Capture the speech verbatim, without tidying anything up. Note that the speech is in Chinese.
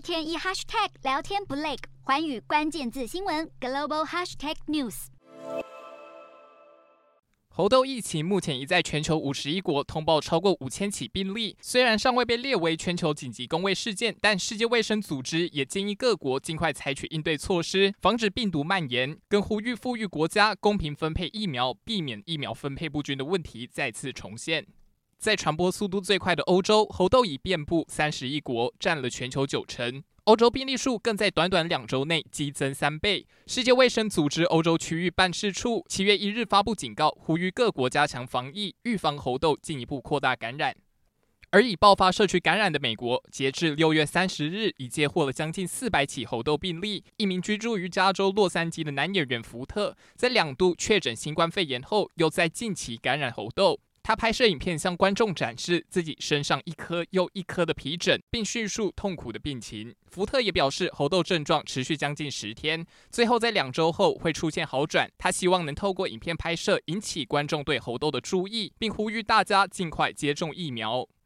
天一 hashtag 聊天不累，寰宇关键字新闻 global hashtag news。 猴痘疫情目前已在全球五十一国通报超过五千起病例，虽然尚未被列为全球紧急公卫事件，但世界卫生组织也建议各国尽快采取应对措施，防止病毒蔓延，更呼吁富裕国家公平分配疫苗，避免疫苗分配不均的问题再次重现。在传播速度最快的欧洲，猴痘已遍布三十一国，占了全球九成。欧洲病例数更在短短两周内激增三倍。世界卫生组织欧洲区域办事处七月一日发布警告，呼吁各国加强防疫，预防猴痘进一步扩大感染。而已爆发社区感染的美国，截至六月三十日已接获了将近四百起猴痘病例。一名居住于加州洛杉矶的男演员福特，在两度确诊新冠肺炎后，又在近期感染猴痘。他拍摄影片向观众展示自己身上一颗又一颗的皮疹，并叙述痛苦的病情。福特也表示，猴痘症状持续将近十天，最后在两周后会出现好转。他希望能透过影片拍摄引起观众对猴痘的注意，并呼吁大家尽快接种疫苗。